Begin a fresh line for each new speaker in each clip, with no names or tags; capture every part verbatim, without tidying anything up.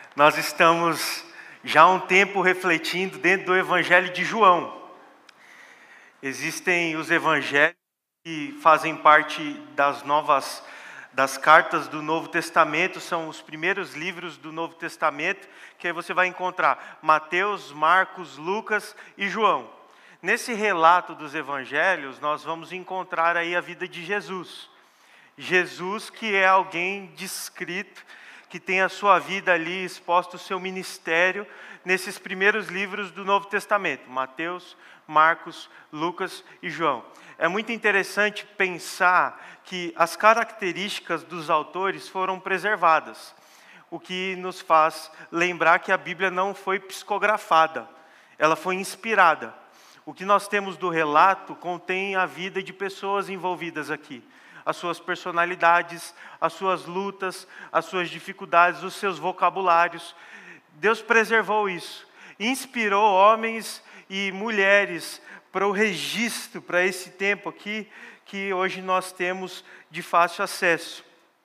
Nós estamos já há um tempo refletindo dentro do Evangelho de João. Existem os evangelhos que fazem parte das novas, das cartas do Novo Testamento, são os primeiros livros do Novo Testamento, que aí você vai encontrar Mateus, Marcos, Lucas e João. Nesse relato dos evangelhos, nós vamos encontrar aí a vida de Jesus. Jesus que é alguém descrito, que tem a sua vida ali exposta, o seu ministério, nesses primeiros livros do Novo Testamento, Mateus, Marcos, Lucas e João. É muito interessante pensar que as características dos autores foram preservadas, o que nos faz lembrar que a Bíblia não foi psicografada, ela foi inspirada. O que nós temos do relato contém a vida de pessoas envolvidas aqui, as suas personalidades, as suas lutas, as suas dificuldades, os seus vocabulários. Deus preservou isso, inspirou homens e mulheres para o registro, para esse tempo aqui, que hoje nós temos de fácil acesso.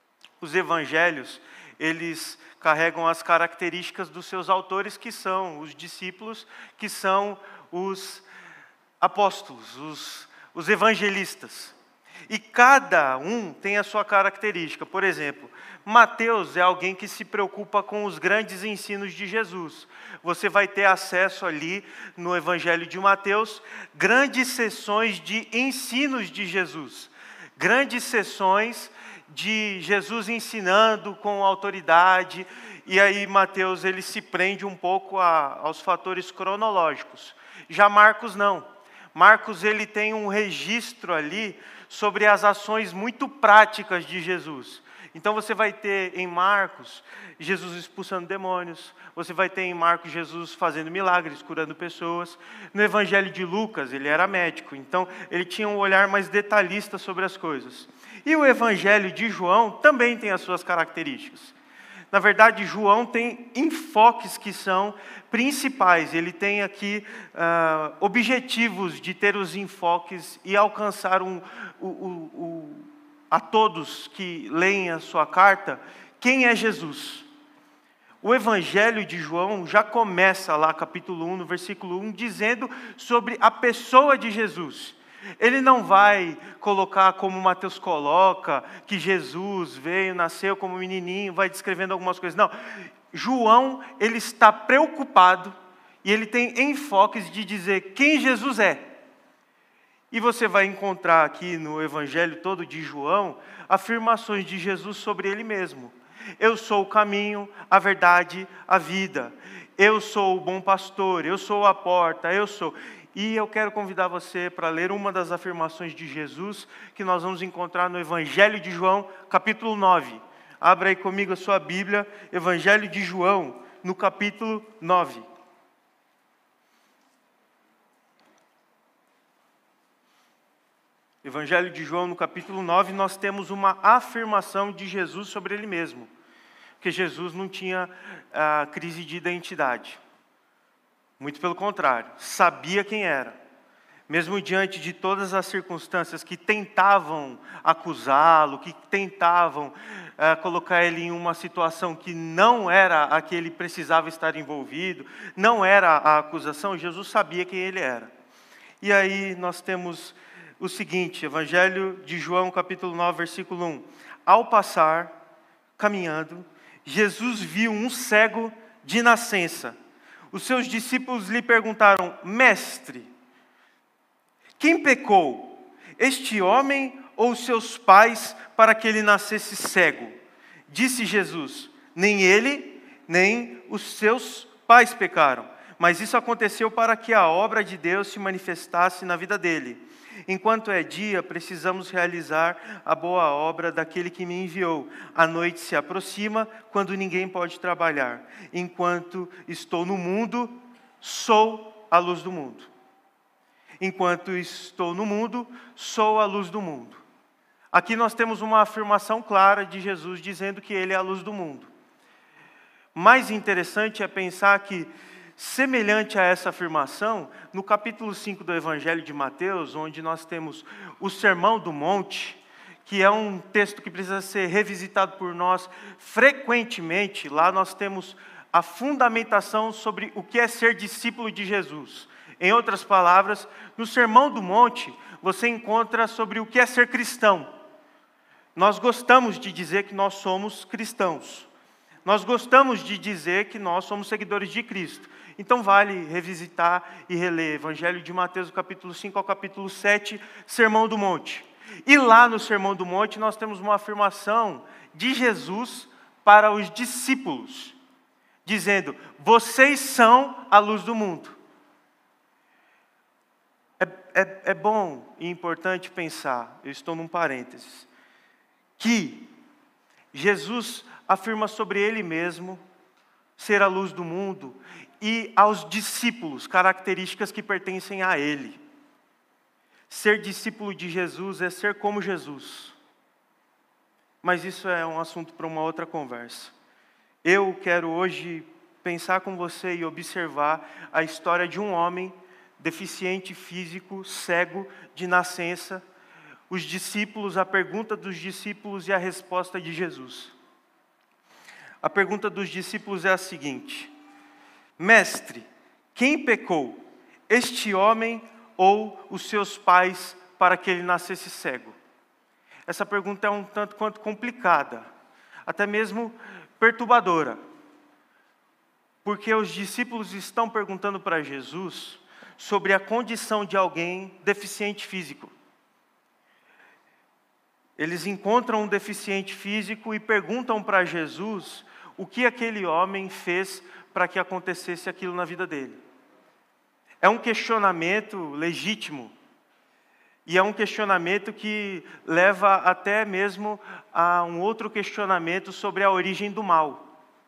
Os evangelhos, eles carregam as características dos seus autores, que são os discípulos, que são os apóstolos, os, os evangelistas. E cada um tem a sua característica. Por exemplo, Mateus é alguém que se preocupa com os grandes ensinos de Jesus. Você vai ter acesso ali no Evangelho de Mateus, grandes sessões de ensinos de Jesus. Grandes sessões de Jesus ensinando com autoridade. E aí Mateus ele se prende um pouco a, aos fatores cronológicos. Já Marcos não. Marcos ele tem um registro ali sobre as ações muito práticas de Jesus. Então você vai ter em Marcos, Jesus expulsando demônios, você vai ter em Marcos Jesus fazendo milagres, curando pessoas. No Evangelho de Lucas, ele era médico, então ele tinha um olhar mais detalhista sobre as coisas. E o Evangelho de João também tem as suas características. Na verdade, João tem enfoques que são principais. Ele tem aqui uh, objetivos de ter os enfoques e alcançar um, o, o, o, a todos que leem a sua carta, quem é Jesus. O Evangelho de João já começa lá, capítulo um, no versículo um, dizendo sobre a pessoa de Jesus. Ele não vai colocar como Mateus coloca, que Jesus veio, nasceu como menininho, vai descrevendo algumas coisas. Não, João, ele está preocupado e ele tem enfoques de dizer quem Jesus é. E você vai encontrar aqui no Evangelho todo de João, afirmações de Jesus sobre ele mesmo. Eu sou o caminho, a verdade, a vida. Eu sou o bom pastor, eu sou a porta, eu sou... E eu quero convidar você para ler uma das afirmações de Jesus que nós vamos encontrar no Evangelho de João, capítulo nove. Abra aí comigo a sua Bíblia, Evangelho de João, no capítulo nove. Evangelho de João, no capítulo nove, nós temos uma afirmação de Jesus sobre ele mesmo. Porque Jesus não tinha a crise de identidade. Muito pelo contrário, sabia quem era. Mesmo diante de todas as circunstâncias que tentavam acusá-lo, que tentavam uh, colocar ele em uma situação que não era a que ele precisava estar envolvido, não era a acusação, Jesus sabia quem ele era. E aí nós temos o seguinte, Evangelho de João, capítulo nove, versículo um. Ao passar, caminhando, Jesus viu um cego de nascença. Os seus discípulos lhe perguntaram, mestre, quem pecou, este homem ou seus pais, para que ele nascesse cego? Disse Jesus, nem ele, nem os seus pais pecaram, mas isso aconteceu para que a obra de Deus se manifestasse na vida dele. Enquanto é dia, precisamos realizar a boa obra daquele que me enviou. A noite se aproxima, quando ninguém pode trabalhar. Enquanto estou no mundo, sou a luz do mundo. Enquanto estou no mundo, sou a luz do mundo. Aqui nós temos uma afirmação clara de Jesus dizendo que ele é a luz do mundo. Mais interessante é pensar que, semelhante a essa afirmação, no capítulo cinco do Evangelho de Mateus, onde nós temos o Sermão do Monte, que é um texto que precisa ser revisitado por nós frequentemente, lá nós temos a fundamentação sobre o que é ser discípulo de Jesus. Em outras palavras, no Sermão do Monte, você encontra sobre o que é ser cristão. Nós gostamos de dizer que nós somos cristãos. Nós gostamos de dizer que nós somos seguidores de Cristo. Então vale revisitar e reler Evangelho de Mateus, capítulo cinco ao capítulo sete, Sermão do Monte. E lá no Sermão do Monte nós temos uma afirmação de Jesus para os discípulos, dizendo: vocês são a luz do mundo. É, é, é bom e importante pensar, eu estou num parênteses, que Jesus afirma sobre Ele mesmo ser a luz do mundo e aos discípulos características que pertencem a Ele. Ser discípulo de Jesus é ser como Jesus. Mas isso é um assunto para uma outra conversa. Eu quero hoje pensar com você e observar a história de um homem deficiente físico, cego de nascença, os discípulos, a pergunta dos discípulos e a resposta de Jesus. A pergunta dos discípulos é a seguinte: Mestre, quem pecou, este homem ou os seus pais, para que ele nascesse cego? Essa pergunta é um tanto quanto complicada, até mesmo perturbadora, porque os discípulos estão perguntando para Jesus sobre a condição de alguém deficiente físico. Eles encontram um deficiente físico e perguntam para Jesus o que aquele homem fez para que acontecesse aquilo na vida dele. É um questionamento legítimo, e é um questionamento que leva até mesmo a um outro questionamento sobre a origem do mal.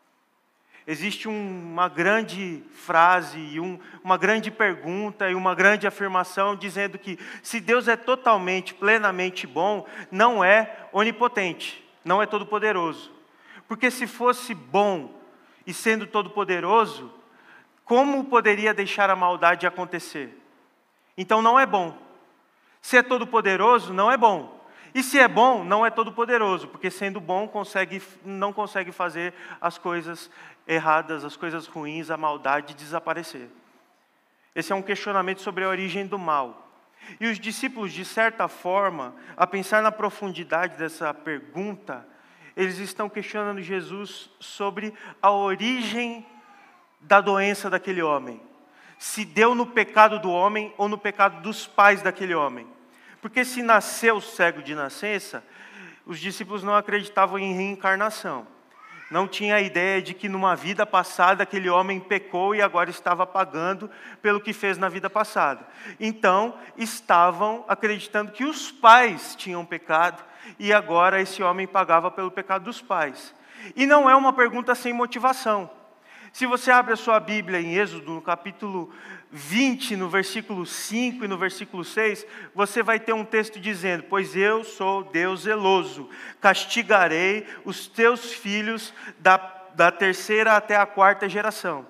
Existe um, uma grande frase, e um, uma grande pergunta e uma grande afirmação dizendo que se Deus é totalmente, plenamente bom, não é onipotente, não é todo-poderoso. Porque se fosse bom e sendo todo-poderoso, como poderia deixar a maldade acontecer? Então não é bom. Se é todo-poderoso, não é bom. E se é bom, não é todo-poderoso, porque sendo bom, consegue, não consegue fazer as coisas erradas, as coisas ruins, a maldade desaparecer. Esse é um questionamento sobre a origem do mal. E os discípulos, de certa forma, a pensar na profundidade dessa pergunta, eles estão questionando Jesus sobre a origem da doença daquele homem. Se deu no pecado do homem ou no pecado dos pais daquele homem. Porque se nasceu cego de nascença, os discípulos não acreditavam em reencarnação. Não tinha a ideia de que numa vida passada aquele homem pecou e agora estava pagando pelo que fez na vida passada. Então, estavam acreditando que os pais tinham pecado e agora esse homem pagava pelo pecado dos pais. E não é uma pergunta sem motivação. Se você abre a sua Bíblia em Êxodo, no capítulo vinte, no versículo cinco e no versículo seis, você vai ter um texto dizendo: pois eu sou Deus zeloso, castigarei os teus filhos da, da terceira até a quarta geração.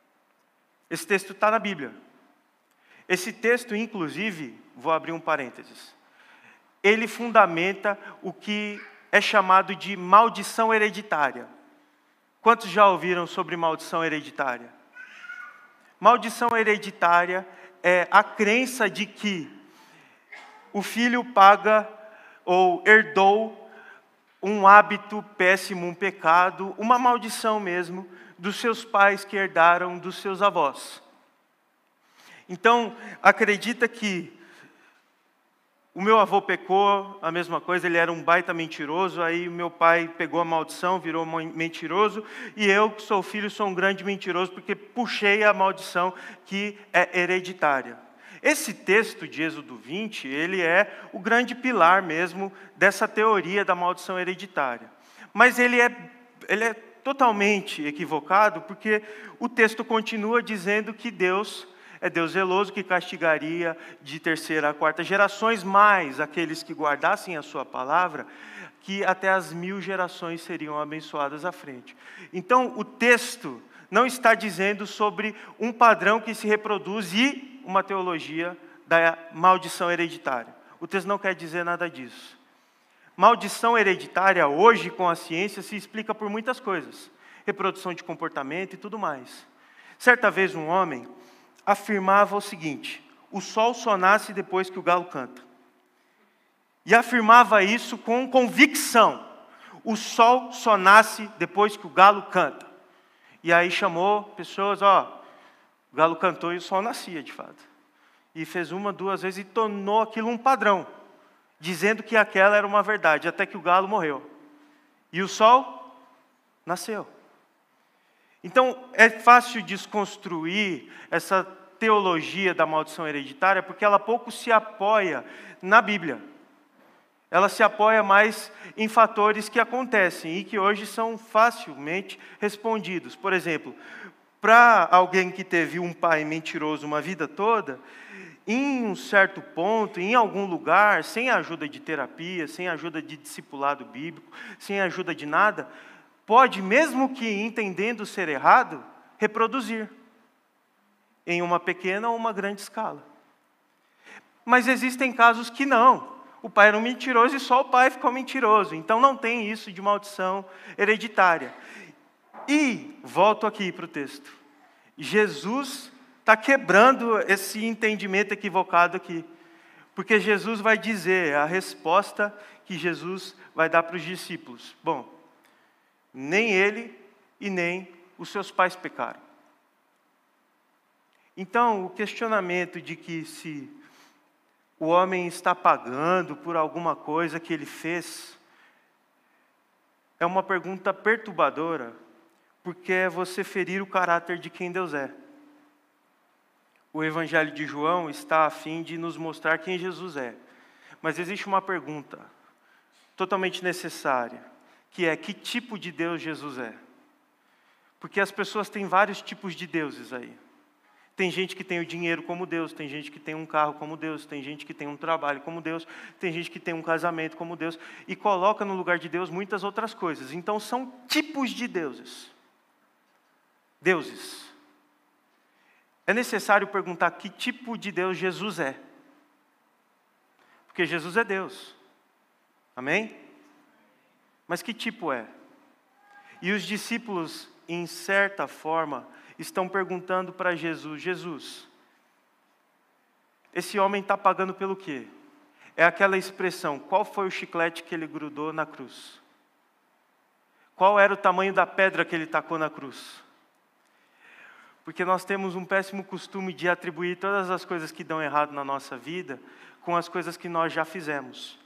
Esse texto está na Bíblia. Esse texto, inclusive, vou abrir um parênteses, ele fundamenta o que é chamado de maldição hereditária. Quantos já ouviram sobre maldição hereditária? Maldição hereditária é a crença de que o filho paga ou herdou um hábito péssimo, um pecado, uma maldição mesmo, dos seus pais que herdaram dos seus avós. Então, acredita que o meu avô pecou, a mesma coisa, ele era um baita mentiroso, aí o meu pai pegou a maldição, virou mentiroso, e eu, que sou filho, sou um grande mentiroso, porque puxei a maldição que é hereditária. Esse texto de Êxodo vinte, ele é o grande pilar mesmo dessa teoria da maldição hereditária. Mas ele é, ele é totalmente equivocado, porque o texto continua dizendo que Deus é Deus zeloso, que castigaria de terceira a quarta gerações, mais aqueles que guardassem a sua palavra, que até as mil gerações seriam abençoadas à frente. Então, o texto não está dizendo sobre um padrão que se reproduz e uma teologia da maldição hereditária. O texto não quer dizer nada disso. Maldição hereditária, hoje, com a ciência, se explica por muitas coisas. reprodução de comportamento e tudo mais. Certa vez um homem afirmava o seguinte: o sol só nasce depois que o galo canta. E afirmava isso com convicção: o sol só nasce depois que o galo canta. E aí chamou pessoas, ó, o galo cantou e o sol nascia de fato. E fez uma, duas vezes e tornou aquilo um padrão, dizendo que aquela era uma verdade, até que o galo morreu. E o sol nasceu. Então, é fácil desconstruir essa teologia da maldição hereditária, porque ela pouco se apoia na Bíblia. Ela se apoia mais em fatores que acontecem e que hoje são facilmente respondidos. Por exemplo, para alguém que teve um pai mentiroso uma vida toda, em um certo ponto, em algum lugar, sem a ajuda de terapia, sem a ajuda de discipulado bíblico, sem a ajuda de nada, pode, mesmo que entendendo ser errado, reproduzir em uma pequena ou uma grande escala. Mas existem casos que não. O pai era um mentiroso e só o pai ficou mentiroso. Então não tem isso de maldição hereditária. E, volto aqui para o texto, Jesus está quebrando esse entendimento equivocado aqui. Porque Jesus vai dizer a resposta que Jesus vai dar para os discípulos. Bom, nem ele e nem os seus pais pecaram. Então, o questionamento de que se o homem está pagando por alguma coisa que ele fez, é uma pergunta perturbadora, porque é você ferir o caráter de quem Deus é. O Evangelho de João está a fim de nos mostrar quem Jesus é. Mas existe uma pergunta totalmente necessária, que é: que tipo de Deus Jesus é? Porque as pessoas têm vários tipos de deuses aí. Tem gente que tem o dinheiro como Deus, tem gente que tem um carro como Deus, tem gente que tem um trabalho como Deus, tem gente que tem um casamento como Deus, e coloca no lugar de Deus muitas outras coisas. Então são tipos de deuses. Deuses. É necessário perguntar que tipo de Deus Jesus é. Porque Jesus é Deus. Amém? Mas que tipo é? E os discípulos, em certa forma, estão perguntando para Jesus: Jesus, esse homem está pagando pelo quê? É aquela expressão: qual foi o chiclete que ele grudou na cruz? Qual era o tamanho da pedra que ele tacou na cruz? Porque nós temos um péssimo costume de atribuir todas as coisas que dão errado na nossa vida com as coisas que nós já fizemos.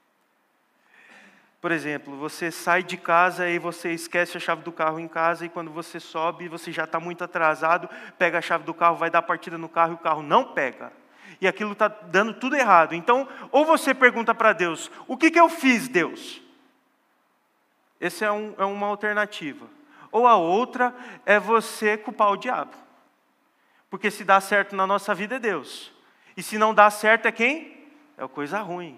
Por exemplo, você sai de casa e você esquece a chave do carro em casa, e quando você sobe, você já está muito atrasado, pega a chave do carro, vai dar partida no carro e o carro não pega. E aquilo está dando tudo errado. Então, ou você pergunta para Deus: o que, que eu fiz, Deus? Essa é, um, é uma alternativa. Ou a outra é você culpar o diabo. Porque se dá certo na nossa vida é Deus. E se não dá certo é quem? É coisa ruim.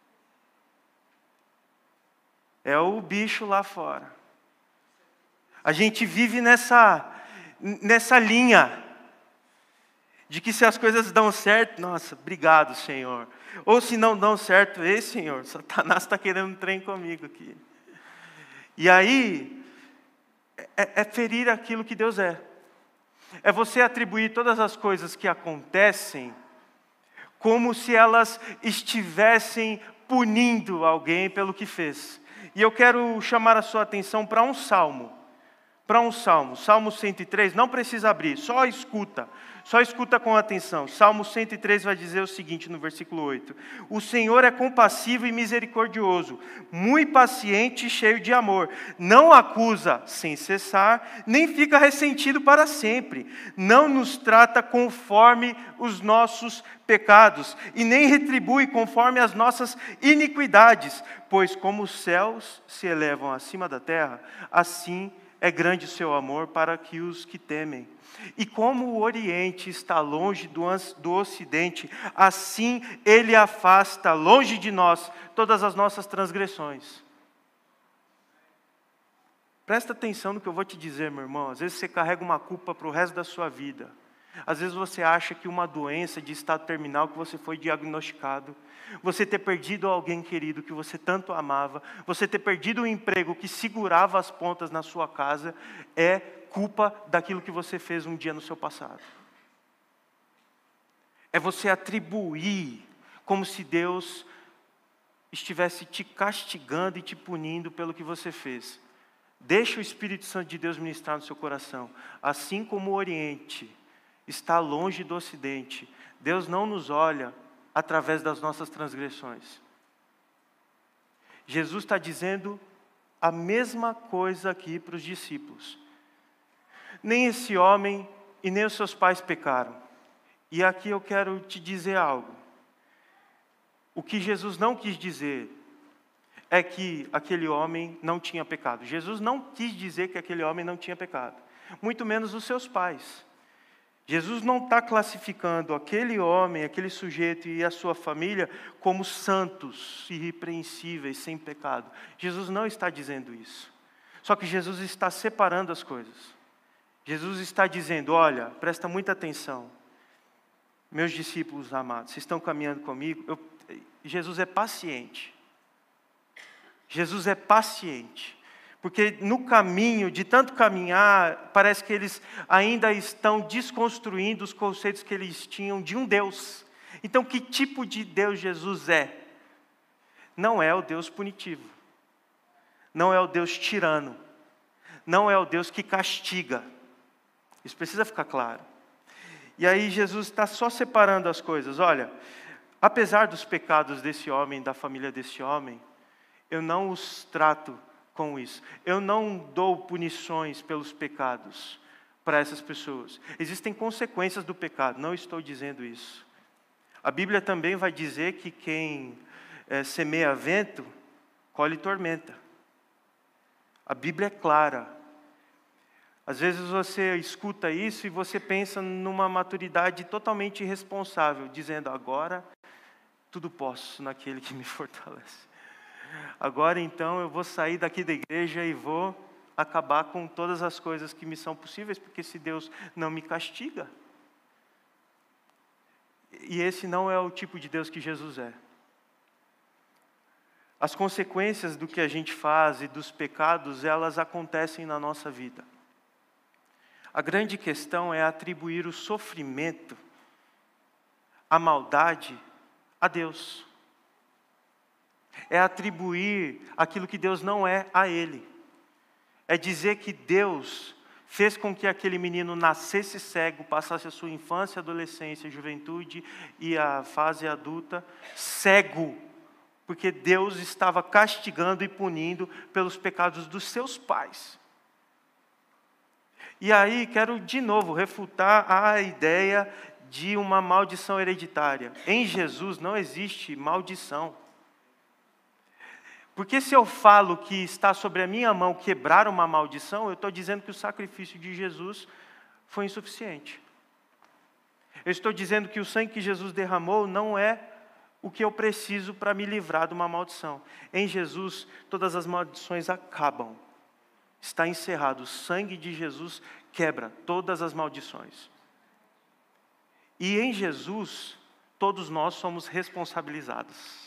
É o bicho lá fora. A gente vive nessa, nessa linha de que se as coisas dão certo, nossa, obrigado, Senhor. Ou se não dão certo, ei, Senhor, Satanás está querendo um trem comigo aqui. E aí, é, é ferir aquilo que Deus é. É você atribuir todas as coisas que acontecem como se elas estivessem punindo alguém pelo que fez. E eu quero chamar a sua atenção para um salmo. Para um salmo. Salmo cento e três, não precisa abrir, só escuta. Só escuta com atenção. Salmo cento e três vai dizer o seguinte no versículo oito. O Senhor é compassivo e misericordioso, muito paciente e cheio de amor. Não acusa sem cessar, nem fica ressentido para sempre. Não nos trata conforme os nossos pecados, e nem retribui conforme as nossas iniquidades. Pois como os céus se elevam acima da terra, assim é grande o seu amor para que os que temem. E como o Oriente está longe do, do Ocidente, assim Ele afasta longe de nós todas as nossas transgressões. Presta atenção no que eu vou te dizer, meu irmão. Às vezes você carrega uma culpa para o resto da sua vida. Às vezes você acha que uma doença de estado terminal que você foi diagnosticado, você ter perdido alguém querido que você tanto amava, você ter perdido um emprego que segurava as pontas na sua casa, é culpa daquilo que você fez um dia no seu passado. É você atribuir como se Deus estivesse te castigando e te punindo pelo que você fez. Deixa o Espírito Santo de Deus ministrar no seu coração. Assim como o Oriente está longe do Ocidente, Deus não nos olha através das nossas transgressões. Jesus está dizendo a mesma coisa aqui para os discípulos. Nem esse homem e nem os seus pais pecaram. E aqui eu quero te dizer algo. O que Jesus não quis dizer é que aquele homem não tinha pecado. Jesus não quis dizer que aquele homem não tinha pecado. Muito menos os seus pais. Jesus não está classificando aquele homem, aquele sujeito e a sua família como santos, irrepreensíveis, sem pecado. Jesus não está dizendo isso. Só que Jesus está separando as coisas. Jesus está dizendo, olha, presta muita atenção. Meus discípulos amados, vocês estão caminhando comigo? Eu, Jesus é paciente. Jesus é paciente. Porque no caminho, de tanto caminhar, parece que eles ainda estão desconstruindo os conceitos que eles tinham de um Deus. Então, que tipo de Deus Jesus é? Não é o Deus punitivo. Não é o Deus tirano. Não é o Deus que castiga. Isso precisa ficar claro. E aí Jesus está só separando as coisas. Olha, apesar dos pecados desse homem, da família desse homem, eu não os trato com isso. Eu não dou punições pelos pecados para essas pessoas. Existem consequências do pecado, não estou dizendo isso. A Bíblia também vai dizer que quem é, semeia vento, colhe tormenta. A Bíblia é clara. Às vezes você escuta isso e você pensa numa maturidade totalmente irresponsável, dizendo, agora tudo posso naquele que me fortalece. Agora então eu vou sair daqui da igreja e vou acabar com todas as coisas que me são possíveis, porque se Deus não me castiga. E esse não é o tipo de Deus que Jesus é. As consequências do que a gente faz e dos pecados, elas acontecem na nossa vida. A grande questão é atribuir o sofrimento, a maldade, a Deus. É atribuir aquilo que Deus não é a Ele. É dizer que Deus fez com que aquele menino nascesse cego, passasse a sua infância, adolescência, juventude e a fase adulta cego, porque Deus estava castigando e punindo pelos pecados dos seus pais. E aí quero de novo refutar a ideia de uma maldição hereditária. Em Jesus não existe maldição. Porque se eu falo que está sobre a minha mão quebrar uma maldição, eu estou dizendo que o sacrifício de Jesus foi insuficiente. Eu estou dizendo que o sangue que Jesus derramou não é o que eu preciso para me livrar de uma maldição. Em Jesus, todas as maldições acabam. Está encerrado. O sangue de Jesus quebra todas as maldições. E em Jesus, todos nós somos responsabilizados.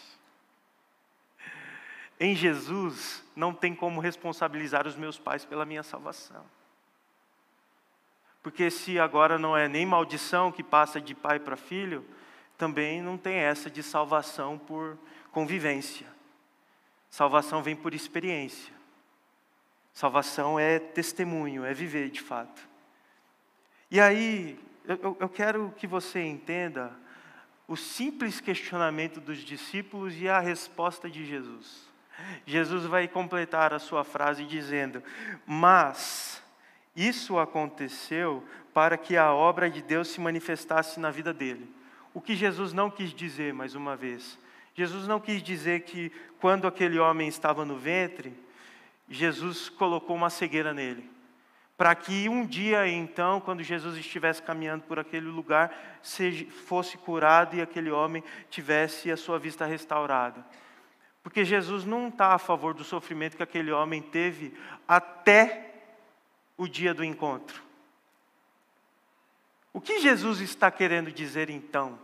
Em Jesus, não tem como responsabilizar os meus pais pela minha salvação. Porque se agora não é nem maldição que passa de pai para filho, também não tem essa de salvação por convivência. Salvação vem por experiência. Salvação é testemunho, é viver de fato. E aí, eu, eu quero que você entenda o simples questionamento dos discípulos e a resposta de Jesus. Jesus vai completar a sua frase dizendo, mas isso aconteceu para que a obra de Deus se manifestasse na vida dele. O que Jesus não quis dizer, mais uma vez, Jesus não quis dizer que quando aquele homem estava no ventre, Jesus colocou uma cegueira nele. Para que um dia, então, quando Jesus estivesse caminhando por aquele lugar, seja, fosse curado e aquele homem tivesse a sua vista restaurada. Porque Jesus não está a favor do sofrimento que aquele homem teve até o dia do encontro. O que Jesus está querendo dizer então?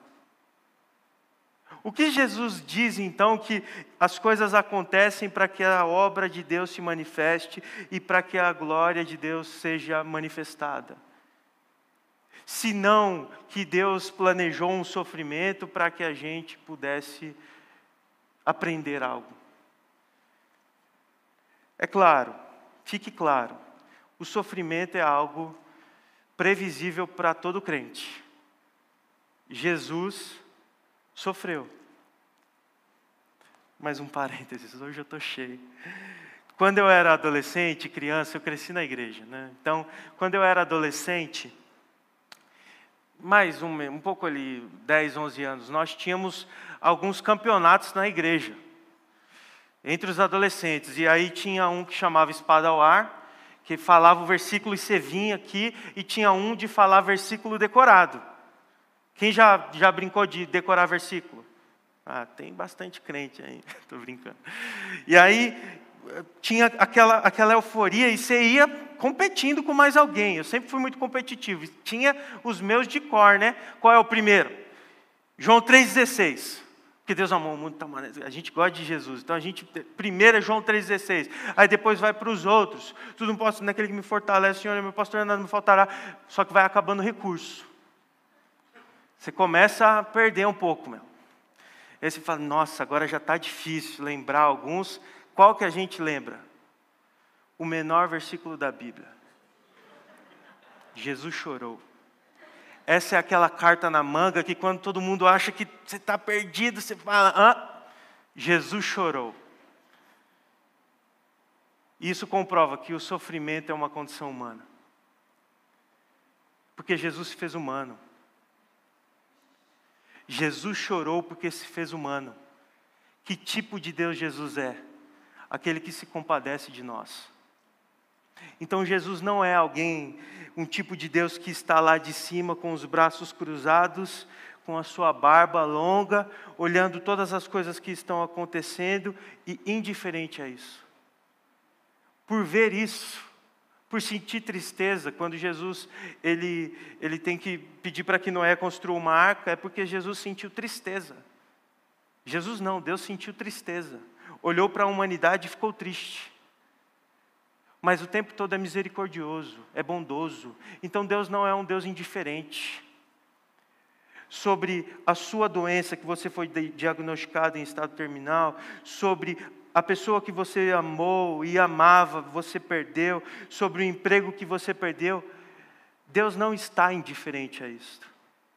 O que Jesus diz então que as coisas acontecem para que a obra de Deus se manifeste e para que a glória de Deus seja manifestada? Senão que Deus planejou um sofrimento para que a gente pudesse aprender algo. É claro, fique claro, o sofrimento é algo previsível para todo crente. Jesus sofreu. Mais um parênteses, hoje eu estou cheio. Quando eu era adolescente, criança, eu cresci na igreja, né? Então, quando eu era adolescente, mais um, um pouco ali, dez, onze anos, nós tínhamos alguns campeonatos na igreja, entre os adolescentes. E aí tinha um que chamava Espada ao Ar, que falava o versículo e você vinha aqui, e tinha um de falar versículo decorado. Quem já, já brincou de decorar versículo? Ah, tem bastante crente aí, estou brincando. E aí tinha aquela, aquela euforia e você ia competindo com mais alguém. Eu sempre fui muito competitivo. Tinha os meus de cor, né? Qual é o primeiro? João três dezesseis. Porque Deus amou o mundo de tal maneira. A gente gosta de Jesus. Então a gente, primeiro é João três dezesseis. Aí depois vai para os outros. Tudo não posso, naquele que me fortalece, Senhor, meu pastor, nada me faltará. Só que vai acabando o recurso. Você começa a perder um pouco, meu. Aí você fala, nossa, agora já está difícil lembrar alguns. Qual que a gente lembra? O menor versículo da Bíblia. Jesus chorou. Essa é aquela carta na manga que quando todo mundo acha que você está perdido, você fala, hã? Jesus chorou. Isso comprova que o sofrimento é uma condição humana. Porque Jesus se fez humano. Jesus chorou porque se fez humano. Que tipo de Deus Jesus é? Aquele que se compadece de nós. Então Jesus não é alguém, um tipo de Deus que está lá de cima com os braços cruzados, com a sua barba longa, olhando todas as coisas que estão acontecendo e indiferente a isso. Por ver isso, por sentir tristeza, quando Jesus ele, ele tem que pedir para que Noé construa uma arca, é porque Jesus sentiu tristeza. Jesus não, Deus sentiu tristeza. Olhou para a humanidade e ficou triste. Mas o tempo todo é misericordioso, é bondoso. Então Deus não é um Deus indiferente. Sobre a sua doença, que você foi diagnosticado em estado terminal, sobre a pessoa que você amou e amava, você perdeu, sobre o emprego que você perdeu, Deus não está indiferente a isto.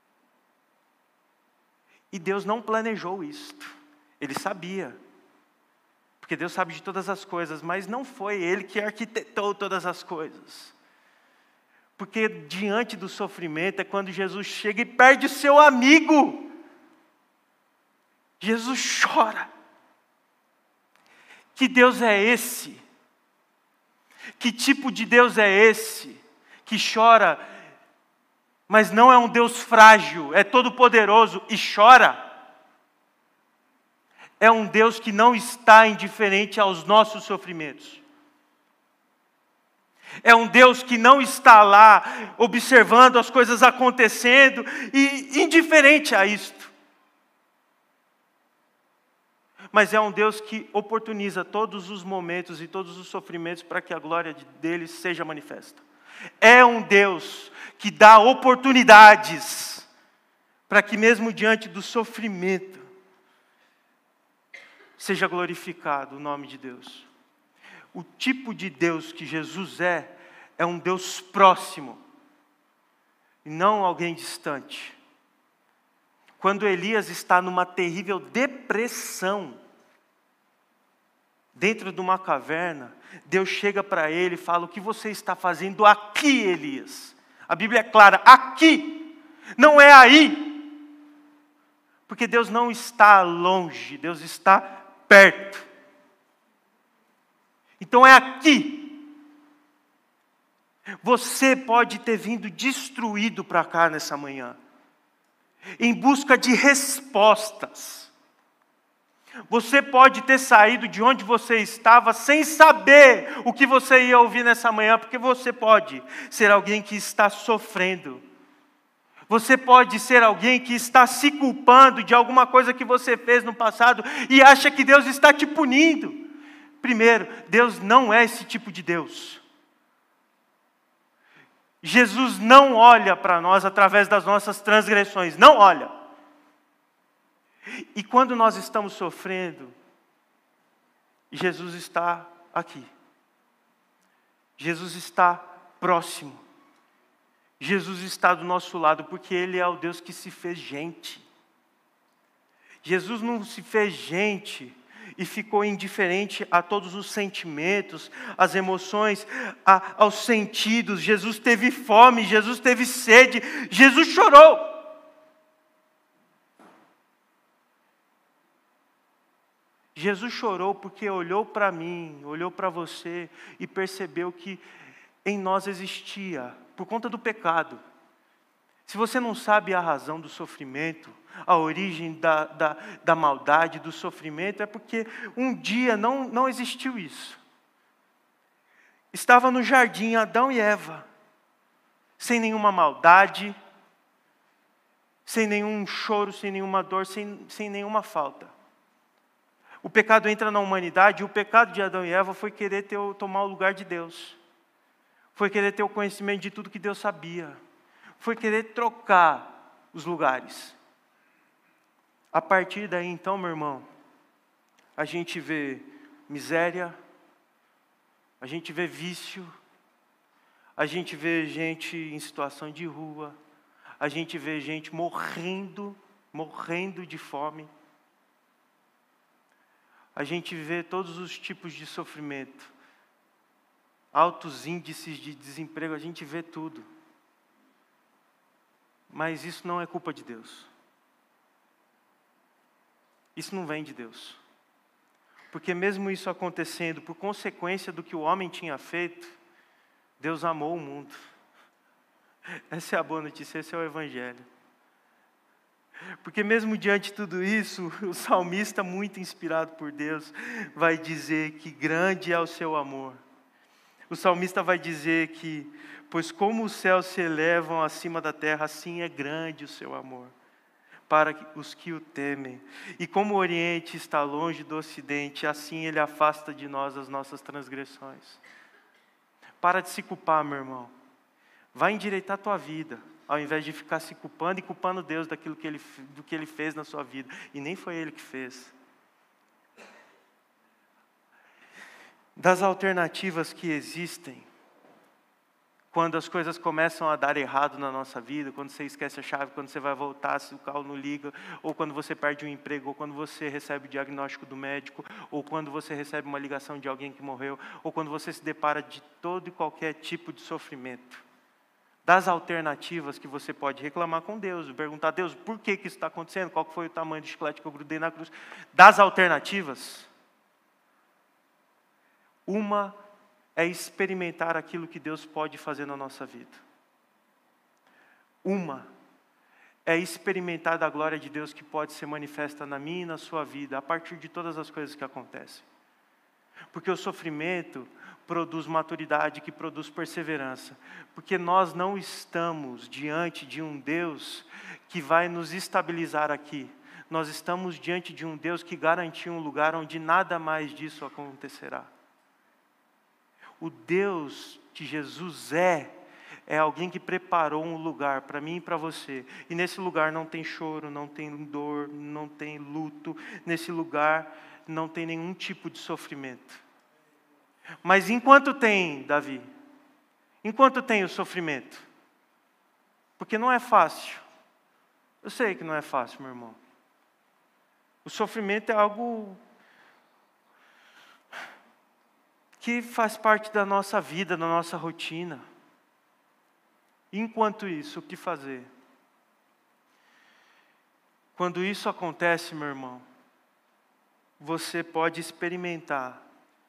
E Deus não planejou isto, Ele sabia. Porque Deus sabe de todas as coisas, mas não foi Ele que arquitetou todas as coisas. Porque diante do sofrimento é quando Jesus chega e perde o seu amigo. Jesus chora. Que Deus é esse? Que tipo de Deus é esse? Que chora, mas não é um Deus frágil, é todo poderoso e chora. É um Deus que não está indiferente aos nossos sofrimentos. É um Deus que não está lá observando as coisas acontecendo e indiferente a isto. Mas é um Deus que oportuniza todos os momentos e todos os sofrimentos para que a glória dele seja manifesta. É um Deus que dá oportunidades para que mesmo diante do sofrimento seja glorificado o nome de Deus. O tipo de Deus que Jesus é, é um Deus próximo, e não alguém distante. Quando Elias está numa terrível depressão, dentro de uma caverna, Deus chega para ele e fala, o que você está fazendo aqui, Elias? A Bíblia é clara, aqui, não é aí. Porque Deus não está longe, Deus está perto. Então é aqui. Você pode ter vindo destruído para cá nessa manhã, em busca de respostas. Você pode ter saído de onde você estava sem saber o que você ia ouvir nessa manhã, porque você pode ser alguém que está sofrendo. Você pode ser alguém que está se culpando de alguma coisa que você fez no passado e acha que Deus está te punindo. Primeiro, Deus não é esse tipo de Deus. Jesus não olha para nós através das nossas transgressões, não olha. E quando nós estamos sofrendo, Jesus está aqui. Jesus está próximo. Jesus está do nosso lado, porque Ele é o Deus que se fez gente. Jesus não se fez gente e ficou indiferente a todos os sentimentos, às emoções, a, aos sentidos. Jesus teve fome, Jesus teve sede, Jesus chorou. Jesus chorou porque olhou para mim, olhou para você e percebeu que em nós existia, por conta do pecado. Se você não sabe a razão do sofrimento, a origem da, da, da maldade, do sofrimento, é porque um dia não, não existiu isso. Estava no jardim Adão e Eva, sem nenhuma maldade, sem nenhum choro, sem nenhuma dor, sem, sem nenhuma falta. O pecado entra na humanidade, e o pecado de Adão e Eva foi querer ter, tomar o lugar de Deus. Foi querer ter o conhecimento de tudo que Deus sabia. Foi querer trocar os lugares. A partir daí, então, meu irmão, a gente vê miséria, a gente vê vício, a gente vê gente em situação de rua, a gente vê gente morrendo, morrendo de fome. A gente vê todos os tipos de sofrimento, altos índices de desemprego, a gente vê tudo. Mas isso não é culpa de Deus. Isso não vem de Deus. Porque mesmo isso acontecendo, por consequência do que o homem tinha feito, Deus amou o mundo. Essa é a boa notícia, esse é o Evangelho. Porque mesmo diante de tudo isso, o salmista, muito inspirado por Deus, vai dizer que grande é o seu amor. O salmista vai dizer que, pois como os céus se elevam acima da terra, assim é grande o seu amor para os que o temem. E como o Oriente está longe do Ocidente, assim Ele afasta de nós as nossas transgressões. Para de se culpar, meu irmão. Vai endireitar a tua vida, ao invés de ficar se culpando e culpando Deus daquilo que ele, do que Ele fez na sua vida. E nem foi Ele que fez. Das alternativas que existem, quando as coisas começam a dar errado na nossa vida, quando você esquece a chave, quando você vai voltar, se o carro não liga, ou quando você perde um emprego, ou quando você recebe o diagnóstico do médico, ou quando você recebe uma ligação de alguém que morreu, ou quando você se depara de todo e qualquer tipo de sofrimento. Das alternativas que você pode reclamar com Deus, perguntar a Deus, por que que isso está acontecendo? Qual foi o tamanho do chiclete que eu grudei na cruz? Das alternativas, uma é experimentar aquilo que Deus pode fazer na nossa vida. Uma é experimentar da glória de Deus que pode ser manifesta na minha e na sua vida, a partir de todas as coisas que acontecem. Porque o sofrimento produz maturidade, que produz perseverança. Porque nós não estamos diante de um Deus que vai nos estabilizar aqui. Nós estamos diante de um Deus que garantiu um lugar onde nada mais disso acontecerá. O Deus que Jesus é, é alguém que preparou um lugar para mim e para você. E nesse lugar não tem choro, não tem dor, não tem luto. Nesse lugar não tem nenhum tipo de sofrimento. Mas enquanto tem, Davi, enquanto tem o sofrimento, porque não é fácil. Eu sei que não é fácil, meu irmão. O sofrimento é algo que faz parte da nossa vida, da nossa rotina. Enquanto isso, o que fazer? Quando isso acontece, meu irmão, você pode experimentar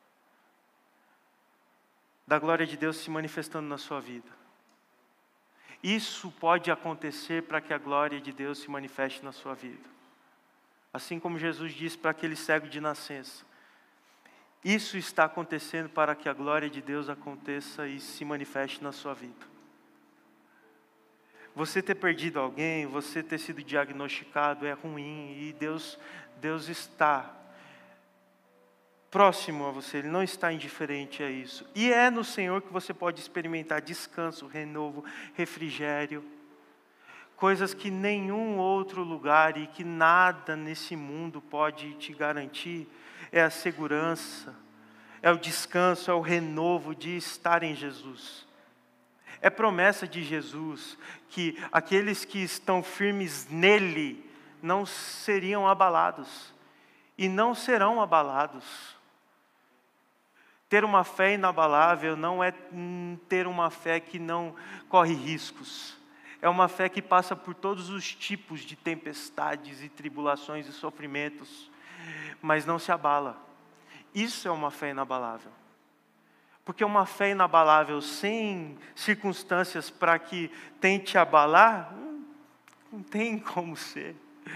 da glória de Deus se manifestando na sua vida. Isso pode acontecer para que a glória de Deus se manifeste na sua vida. Assim como Jesus disse para aquele cego de nascença. Isso está acontecendo para que a glória de Deus aconteça e se manifeste na sua vida. Você ter perdido alguém, você ter sido diagnosticado é ruim, e Deus, Deus está próximo a você, Ele não está indiferente a isso. E é no Senhor que você pode experimentar descanso, renovo, refrigério, coisas que nenhum outro lugar e que nada nesse mundo pode te garantir. É a segurança, é o descanso, é o renovo de estar em Jesus. É promessa de Jesus que aqueles que estão firmes nele não seriam abalados e não serão abalados. Ter uma fé inabalável não é ter uma fé que não corre riscos. É uma fé que passa por todos os tipos de tempestades e tribulações e sofrimentos, mas não se abala. Isso é uma fé inabalável. Porque uma fé inabalável sem circunstâncias para que tente abalar, não, não tem como ser.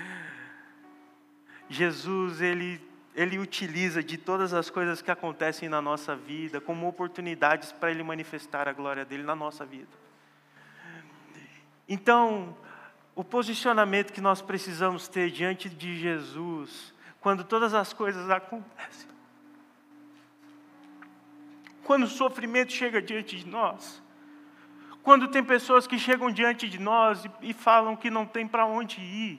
Jesus, Ele, Ele utiliza de todas as coisas que acontecem na nossa vida como oportunidades para Ele manifestar a glória dEle na nossa vida. Então, o posicionamento que nós precisamos ter diante de Jesus, quando todas as coisas acontecem, quando o sofrimento chega diante de nós, quando tem pessoas que chegam diante de nós e, e falam que não tem para onde ir,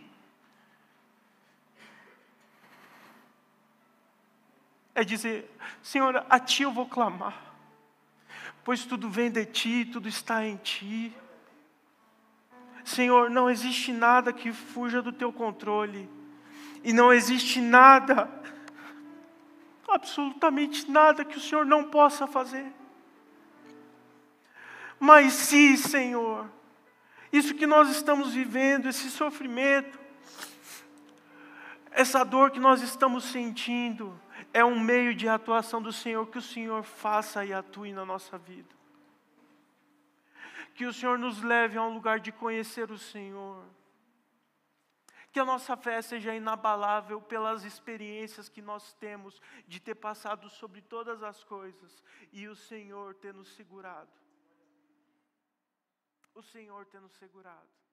é dizer: Senhor, a Ti eu vou clamar, pois tudo vem de Ti, tudo está em Ti. Senhor, não existe nada que fuja do Teu controle, e não existe nada, absolutamente nada que o Senhor não possa fazer. Mas sim, Senhor, isso que nós estamos vivendo, esse sofrimento, essa dor que nós estamos sentindo, é um meio de atuação do Senhor, que o Senhor faça e atue na nossa vida. Que o Senhor nos leve a um lugar de conhecer o Senhor. Que a nossa fé seja inabalável pelas experiências que nós temos de ter passado sobre todas as coisas e o Senhor ter nos segurado. O Senhor ter nos segurado.